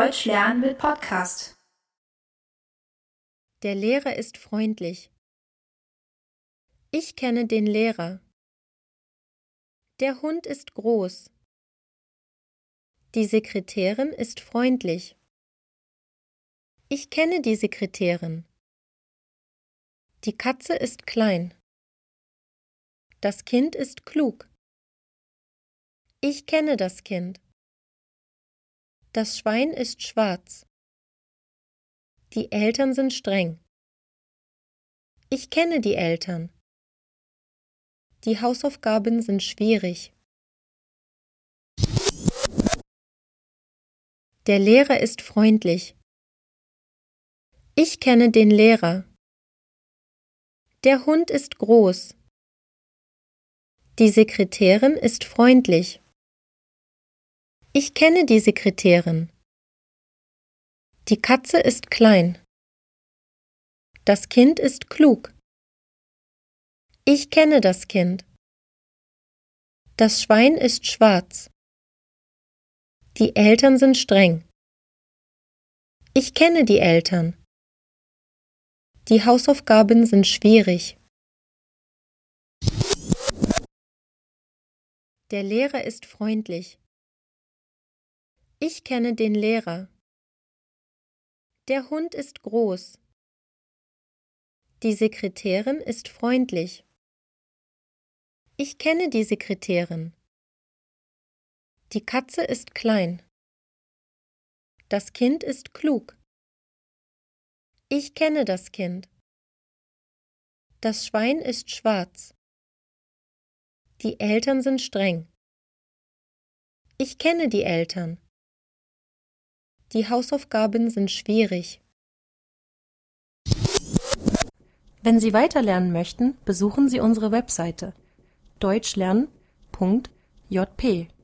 Deutsch lernen mit Podcast. Der Lehrer ist freundlich. Ich kenne den Lehrer. Der Hund ist groß. Die Sekretärin ist freundlich. Ich kenne die Sekretärin. Die Katze ist klein. Das Kind ist klug. Ich kenne das Kind. Das Schwein ist schwarz. Die Eltern sind streng. Ich kenne die Eltern. Die Hausaufgaben sind schwierig. Der Lehrer ist freundlich. Ich kenne den Lehrer. Der Hund ist groß. Die Sekretärin ist freundlich. Ich kenne die Sekretärin. Die Katze ist klein. Das Kind ist klug. Ich kenne das Kind. Das Schwein ist schwarz. Die Eltern sind streng. Ich kenne die Eltern. Die Hausaufgaben sind schwierig. Der Lehrer ist freundlich. Ich kenne den Lehrer. Der Hund ist groß. Die Sekretärin ist freundlich. Ich kenne die Sekretärin. Die Katze ist klein. Das Kind ist klug. Ich kenne das Kind. Das Schwein ist schwarz. Die Eltern sind streng. Ich kenne die Eltern. Die Hausaufgaben sind schwierig. Wenn Sie weiterlernen möchten, besuchen Sie unsere Webseite deutschlernen.jp.